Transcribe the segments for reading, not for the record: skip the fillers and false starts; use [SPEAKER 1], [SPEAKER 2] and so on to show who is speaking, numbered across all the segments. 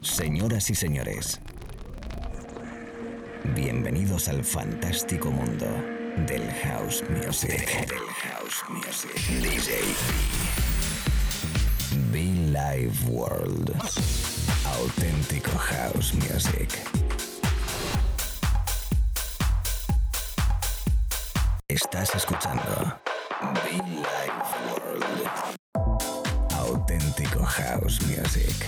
[SPEAKER 1] Señoras y señores, bienvenidos al fantástico mundo del house music. DJ Be Live World. Auténtico house music. Estás escuchando Be Live World. Auténtico house music.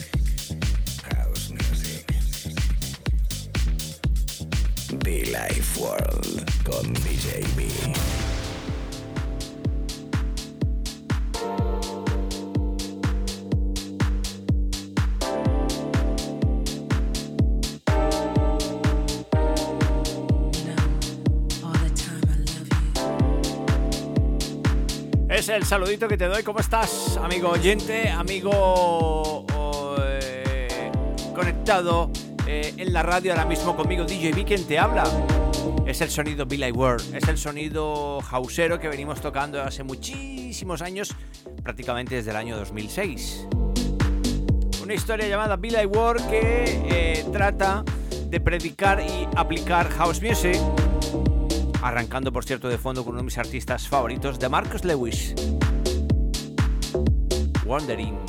[SPEAKER 1] Be Live World con DJ B.
[SPEAKER 2] Es el saludito que te doy. ¿Cómo estás, amigo oyente, amigo conectado en la radio ahora mismo conmigo, DJ B, quien te habla? Es el sonido Be Live World, es el sonido houseero que venimos tocando hace muchísimos años, prácticamente desde el año 2006. Una historia llamada Be Live World que trata de predicar y aplicar house music, arrancando, por cierto, de fondo con uno de mis artistas favoritos, de Marcus Lewis. Wondering.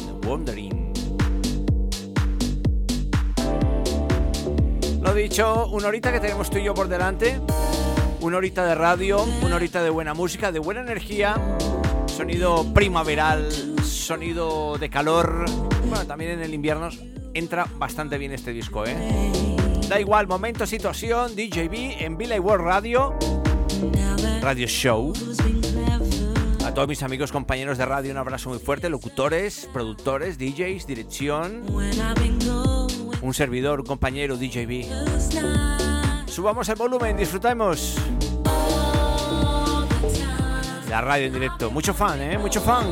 [SPEAKER 2] Lo dicho, una horita que tenemos tú y yo por delante, una horita de radio, una horita de buena música, de buena energía, sonido primaveral, sonido de calor. Bueno, también en el invierno entra bastante bien este disco, Da igual, momento, situación, DJ B en Be Live World Radio Show. A todos mis amigos, compañeros de radio, un abrazo muy fuerte, locutores, productores, DJs, dirección. Un servidor, un compañero, DJ B. Subamos el volumen, disfrutemos la radio en directo. Mucho fan, mucho funk.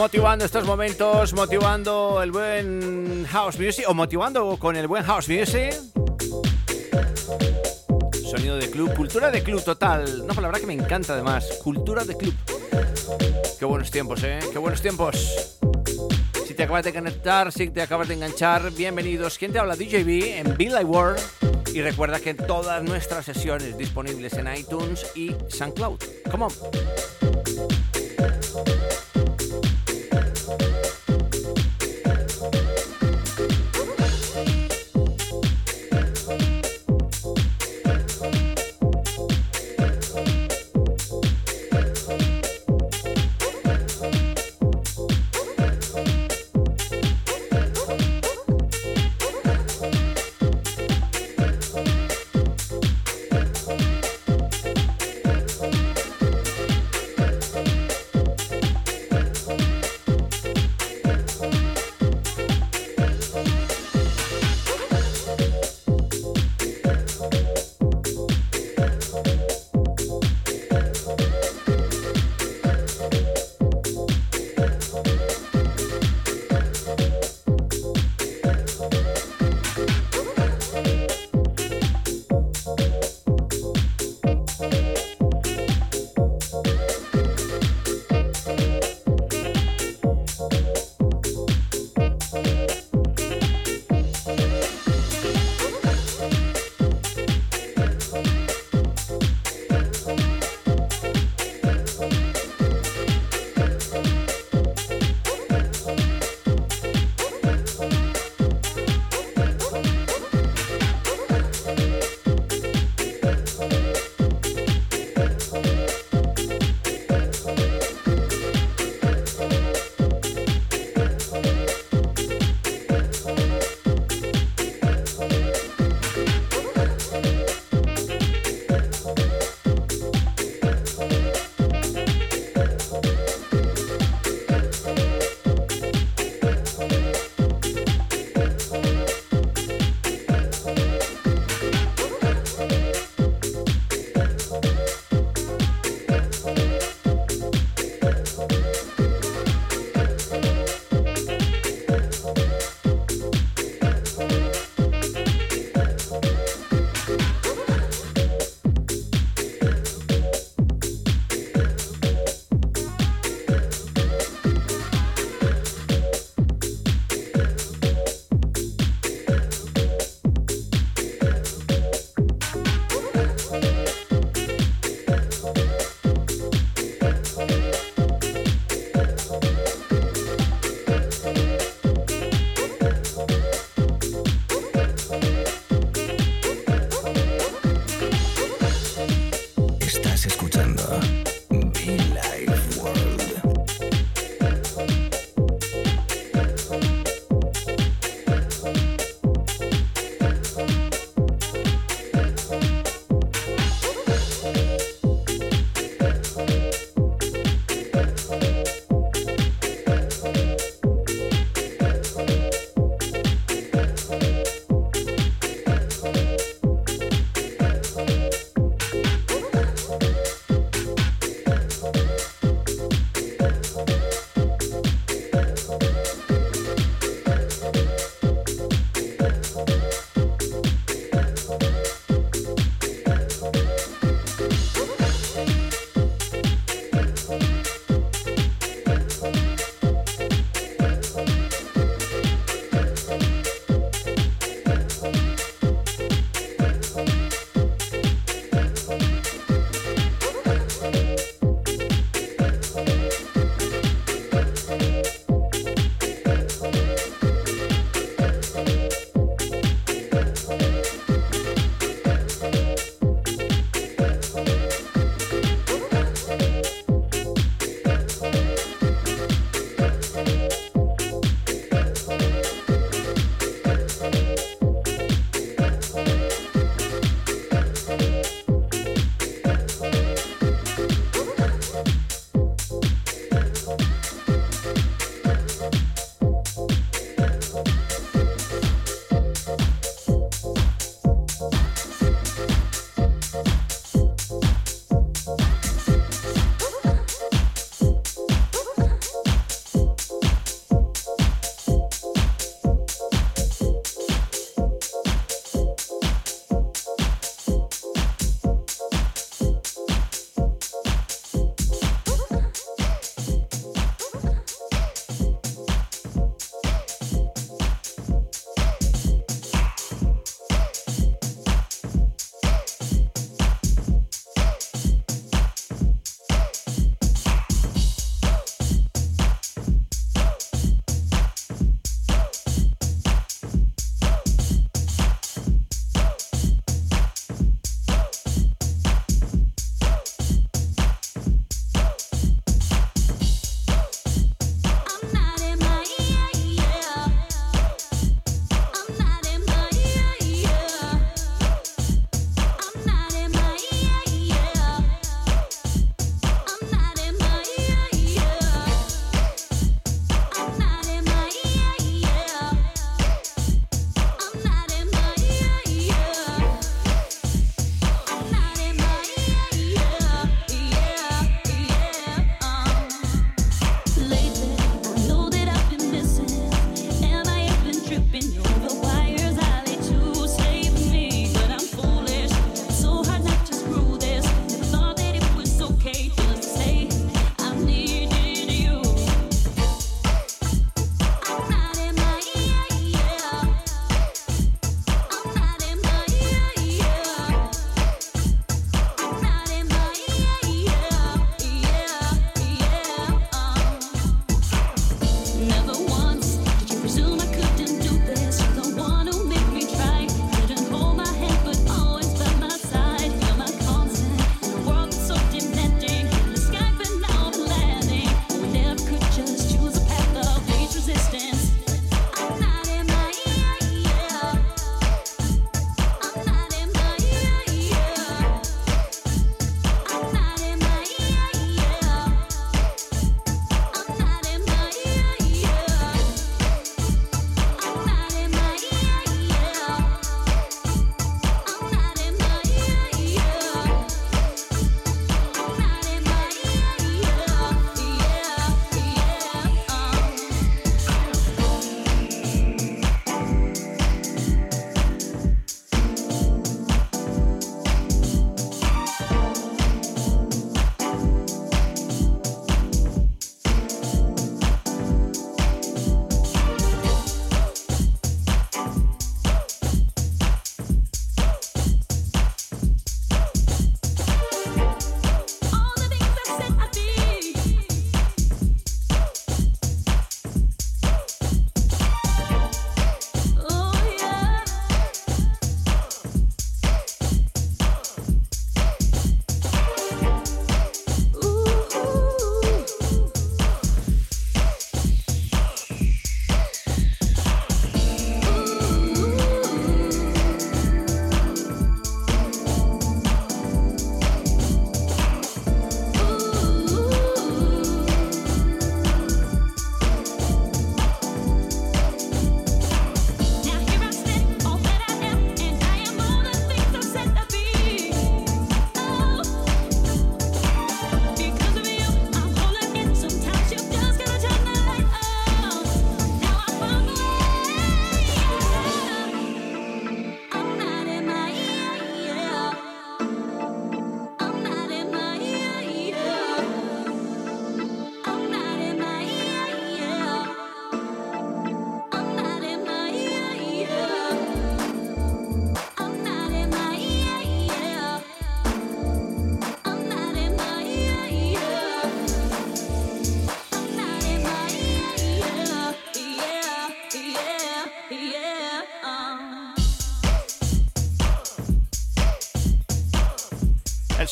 [SPEAKER 2] motivando estos momentos, motivando el buen house music o motivando con el buen house music. Sonido de club, cultura de club total. Una palabra que me encanta además, cultura de club. Qué buenos tiempos, qué buenos tiempos. Si te acabas de conectar, si te acabas de enganchar, bienvenidos. ¿Quién te habla? DJB en Be Like World. Y recuerda que todas nuestras sesiones disponibles en iTunes y SoundCloud. Come on.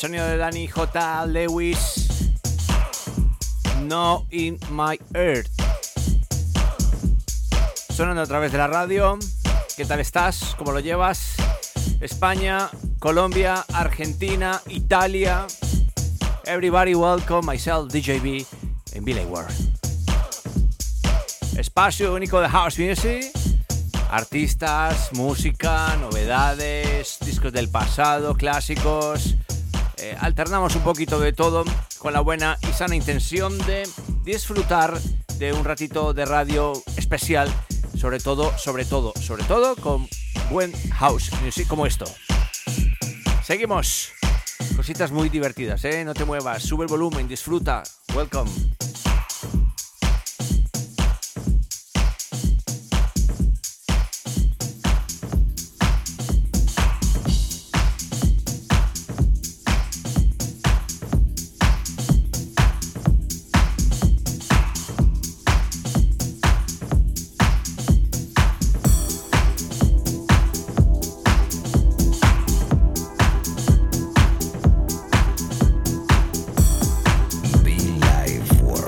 [SPEAKER 2] sonido de Danny J. Lewis, No In My Earth. Sonando a través de la radio. ¿Qué tal estás? ¿Cómo lo llevas? España, Colombia, Argentina, Italia. Everybody welcome myself, DJB, en Billy World. Espacio único de House Music. Artistas, música, novedades, discos del pasado, clásicos. Alternamos un poquito de todo con la buena y sana intención de disfrutar de un ratito de radio especial, sobre todo con buen house music como esto. Seguimos. Cositas muy divertidas, no te muevas, sube el volumen, disfruta. Welcome.
[SPEAKER 1] Be Live World.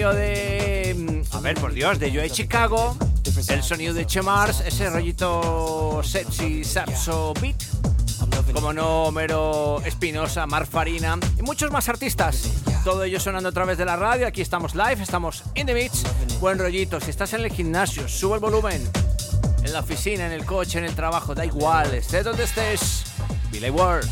[SPEAKER 2] sonido de... A ver, por Dios, de Joe Chicago. El sonido de Che Mars, ese rollito sexy, saxo, beat. Como no, Homero Espinosa, Marc Farina y muchos más artistas. Todo ello sonando a través de la radio. Aquí estamos live, estamos in the mix. Buen rollito. Si estás en el gimnasio, sube el volumen. En la oficina, en el coche, en el trabajo, da igual. Estés donde estés. Billy Ward.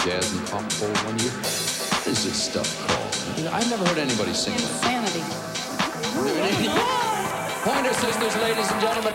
[SPEAKER 3] jazz and pop for 1 year. What is this stuff called? I've never heard anybody sing like
[SPEAKER 4] Insanity.
[SPEAKER 3] Pointer Sisters, ladies and gentlemen.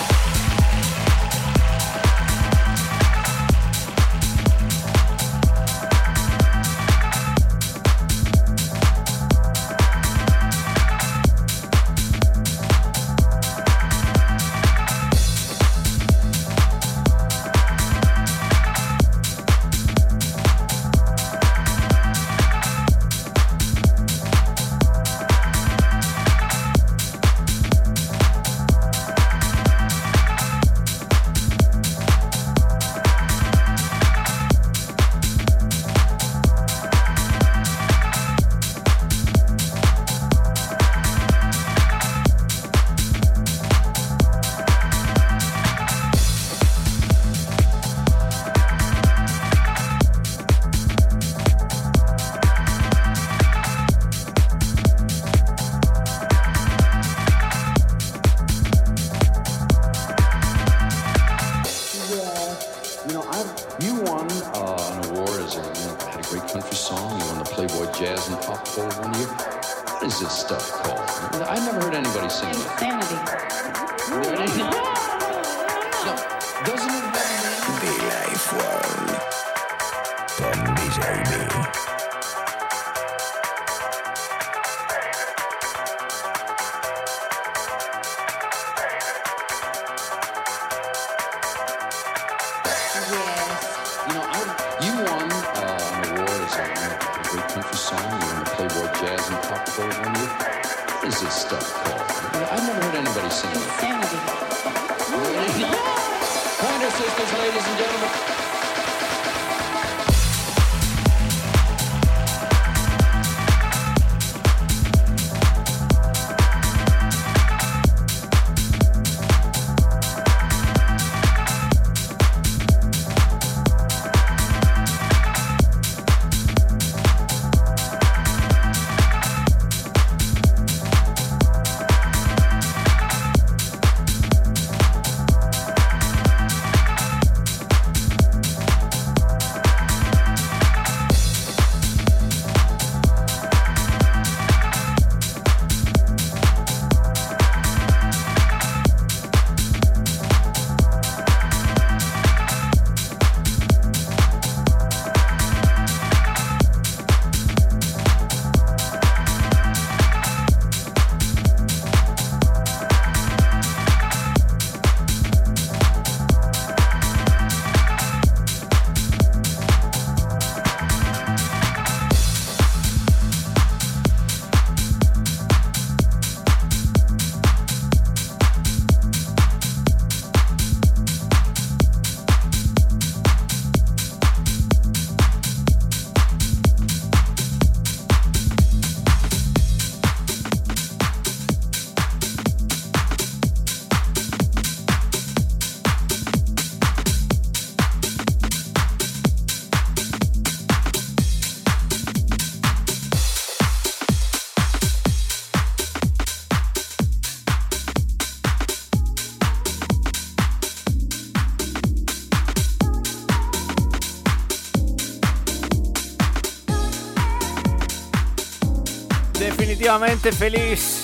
[SPEAKER 2] Definitivamente feliz,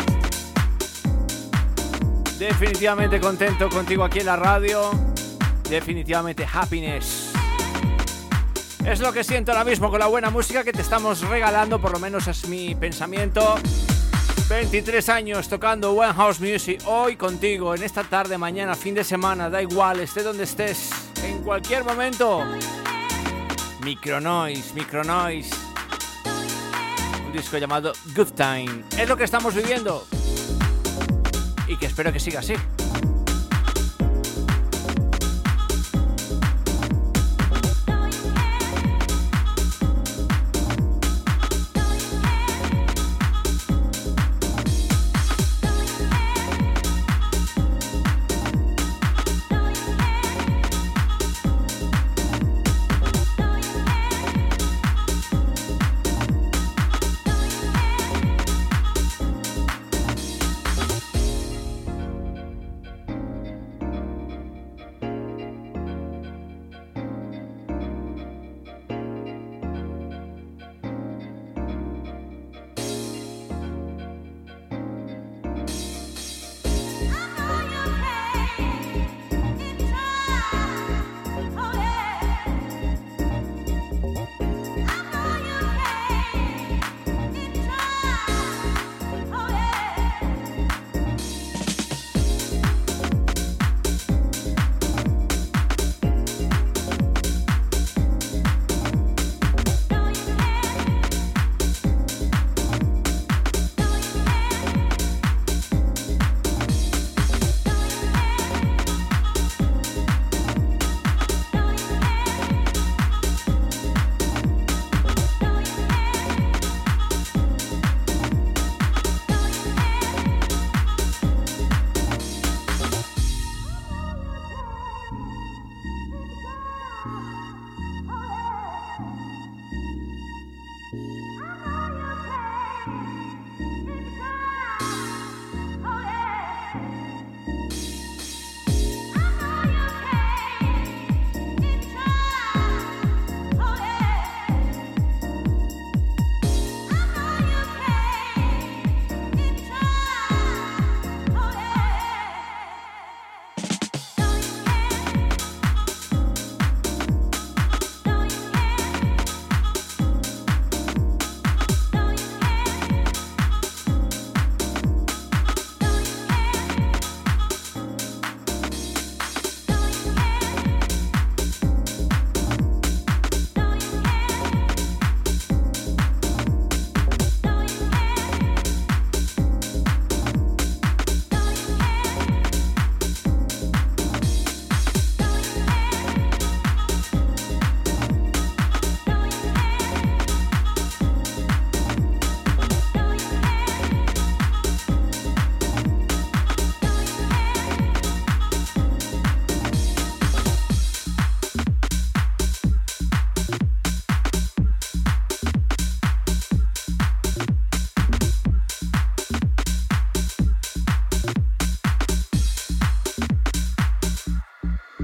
[SPEAKER 2] definitivamente contento contigo aquí en la radio, definitivamente happiness. Es lo que siento ahora mismo con la buena música que te estamos regalando, por lo menos es mi pensamiento. 23 años tocando One House Music, hoy contigo, en esta tarde, mañana, fin de semana, da igual, esté donde estés, en cualquier momento. Micronoise. Un disco llamado Good Time. Es lo que estamos viviendo y que espero que siga así.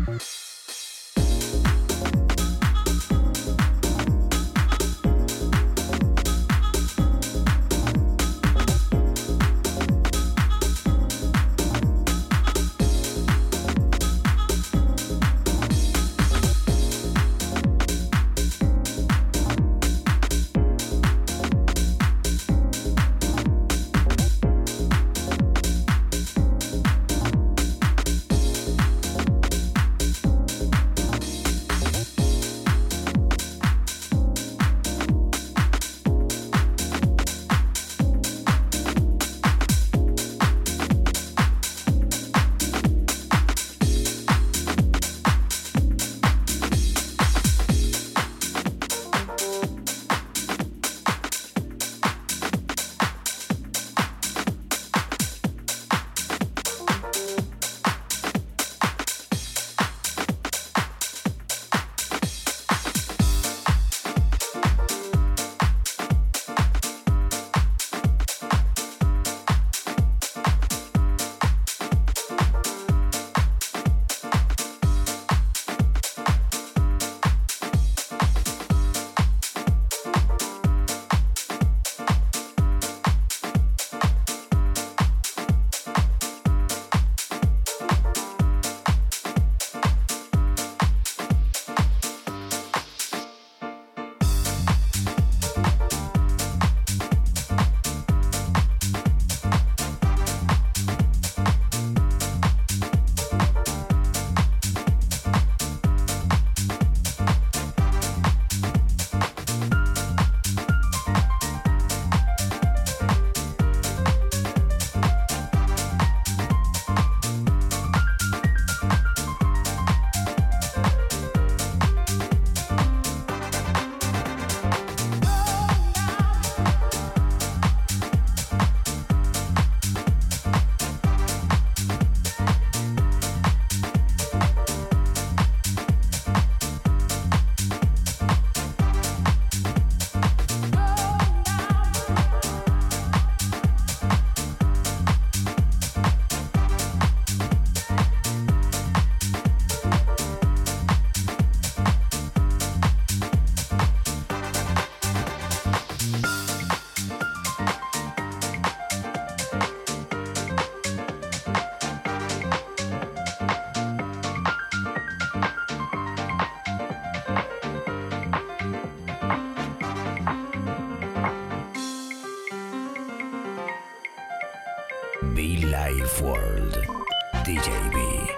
[SPEAKER 1] Life World, DJ B.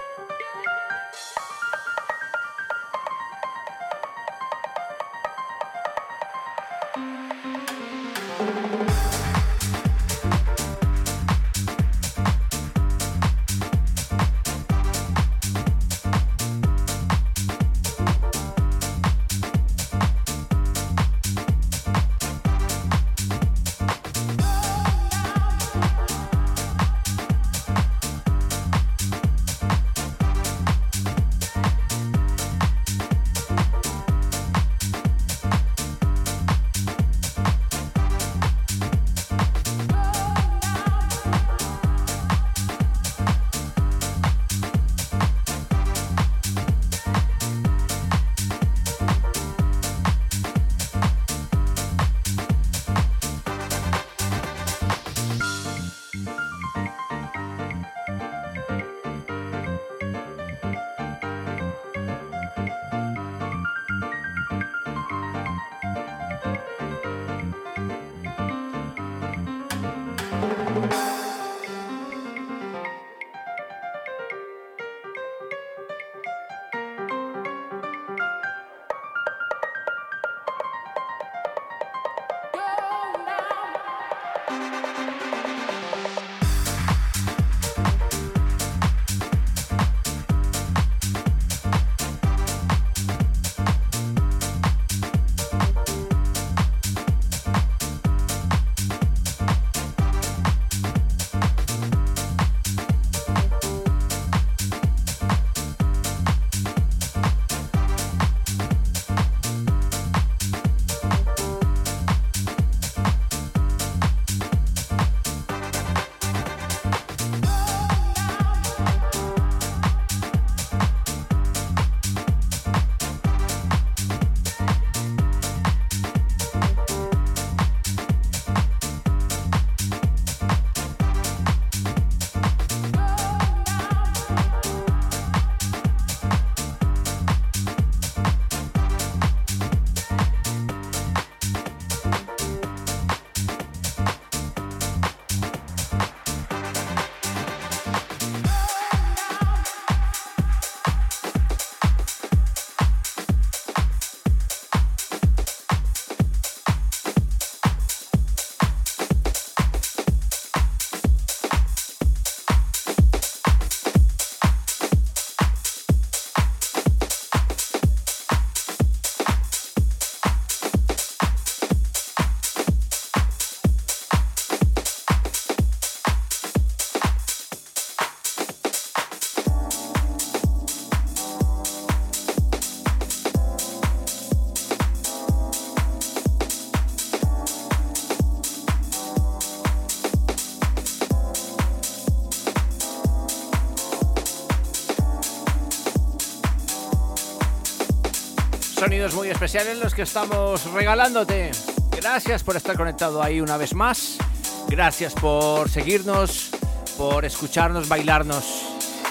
[SPEAKER 2] Sonidos muy especiales los que estamos regalándote. Gracias por estar conectado ahí una vez más. Gracias por seguirnos, por escucharnos, bailarnos.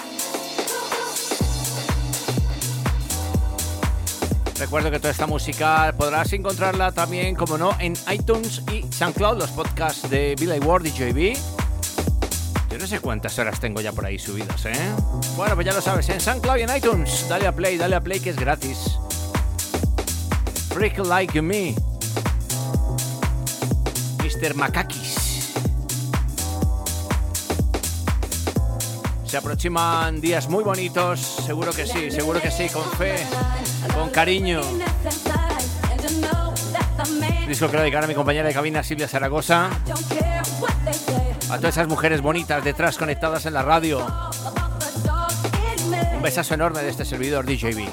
[SPEAKER 2] Recuerdo que toda esta música podrás encontrarla también, como no, en iTunes y SoundCloud, los podcasts de Billy Ward y JB. Yo no sé cuántas horas tengo ya por ahí subidas, ¿eh? Bueno, pues ya lo sabes, en SoundCloud y en iTunes. Dale a play que es gratis. Freak Like Me, Mr. Makakis. Se aproximan días muy bonitos, seguro que sí, con fe, con cariño. Disco que lo dedicaré a mi compañera de cabina Silvia Zaragoza, a todas esas mujeres bonitas detrás conectadas en la radio. Un besazo enorme de este servidor DJB.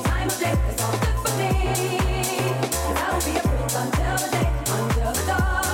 [SPEAKER 4] Until the day, until the dawn.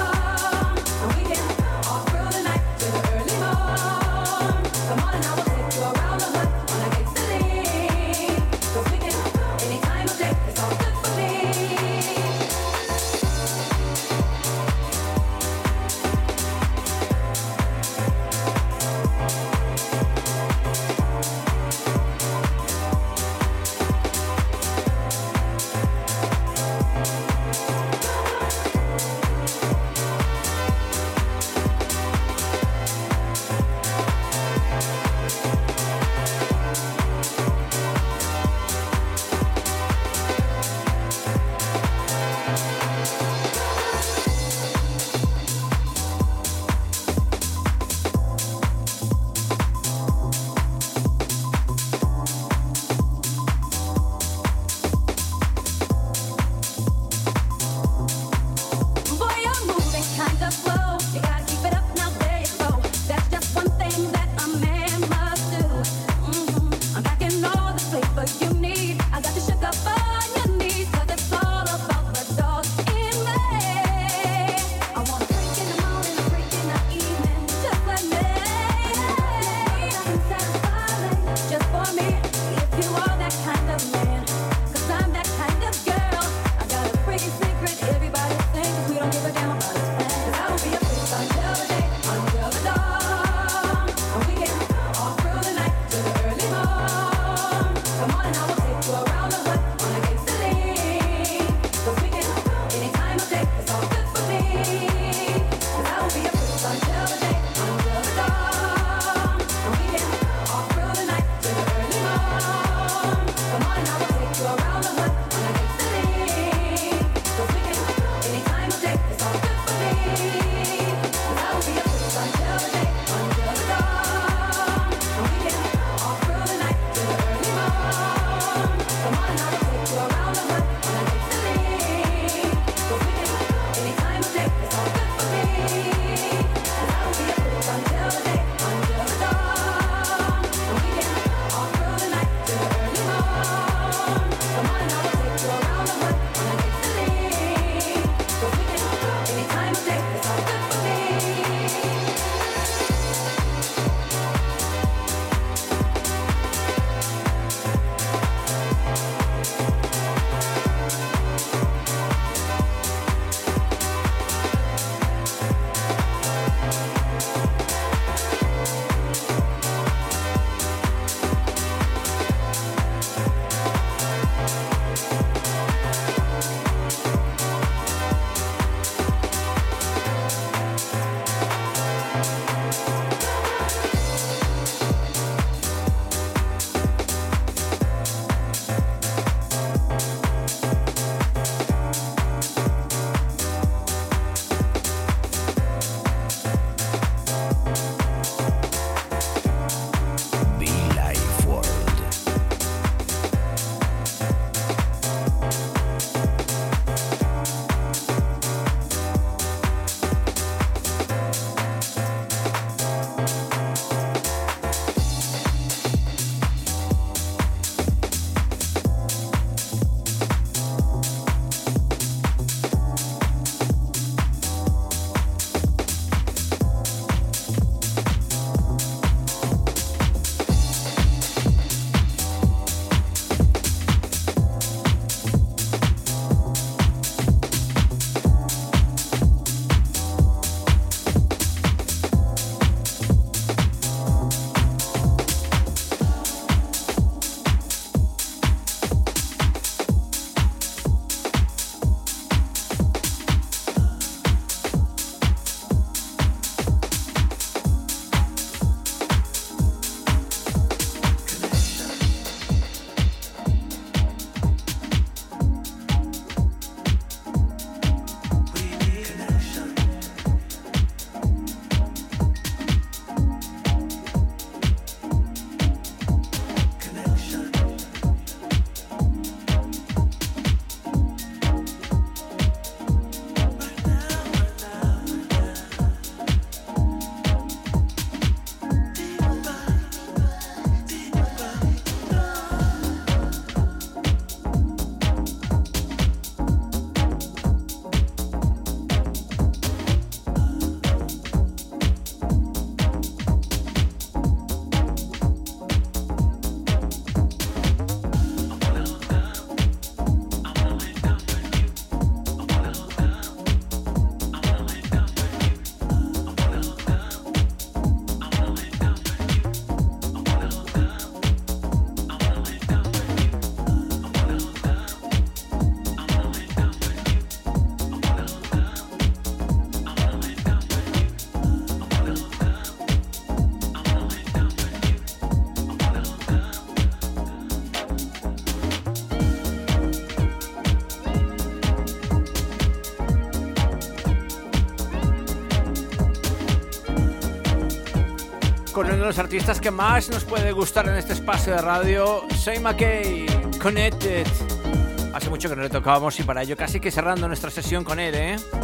[SPEAKER 2] con uno de los artistas que más nos puede gustar en este espacio de radio, Shane McKay, Connected. Hace mucho que no le tocábamos y para ello casi que cerrando nuestra sesión con él,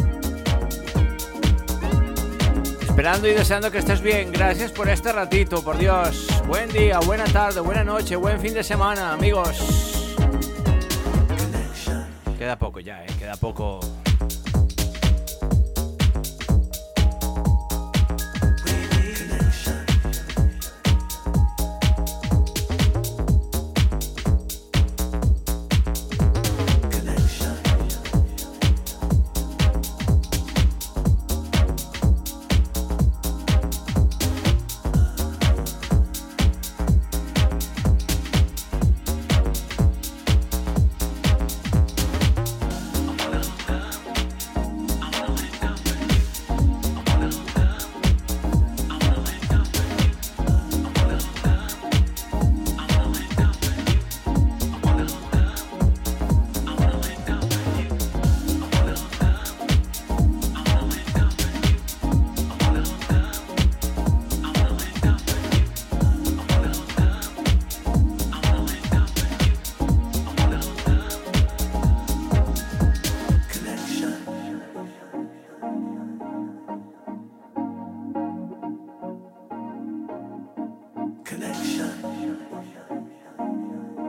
[SPEAKER 2] Esperando y deseando que estés bien. Gracias por este ratito, por Dios. Buen día, buena tarde, buena noche, buen fin de semana, amigos. Queda poco ya, queda poco.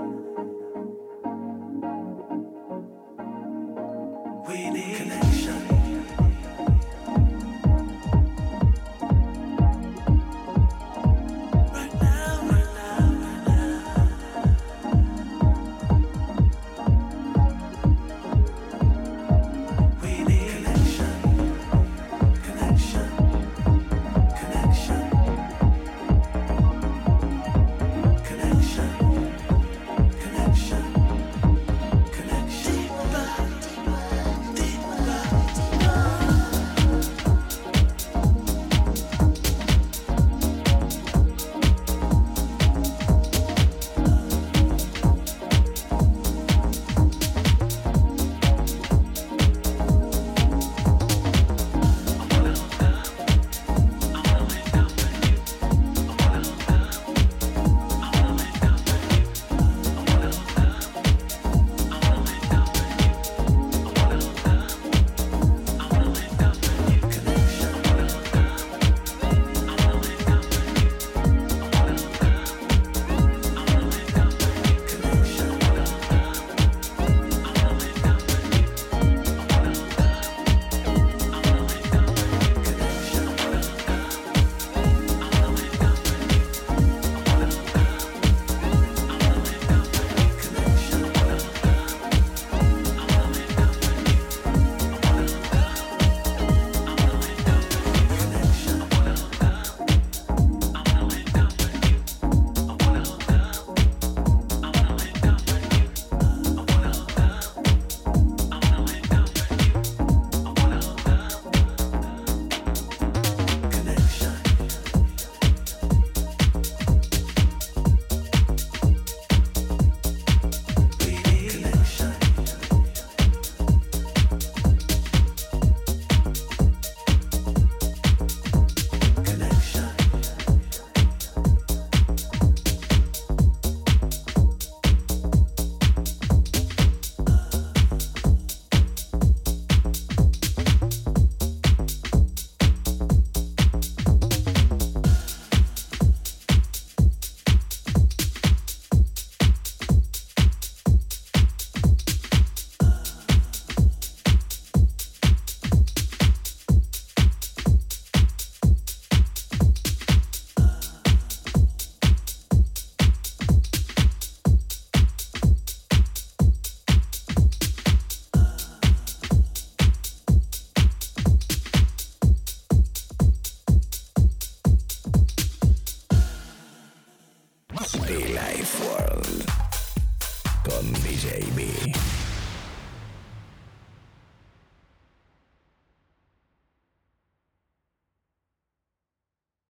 [SPEAKER 4] We need connection.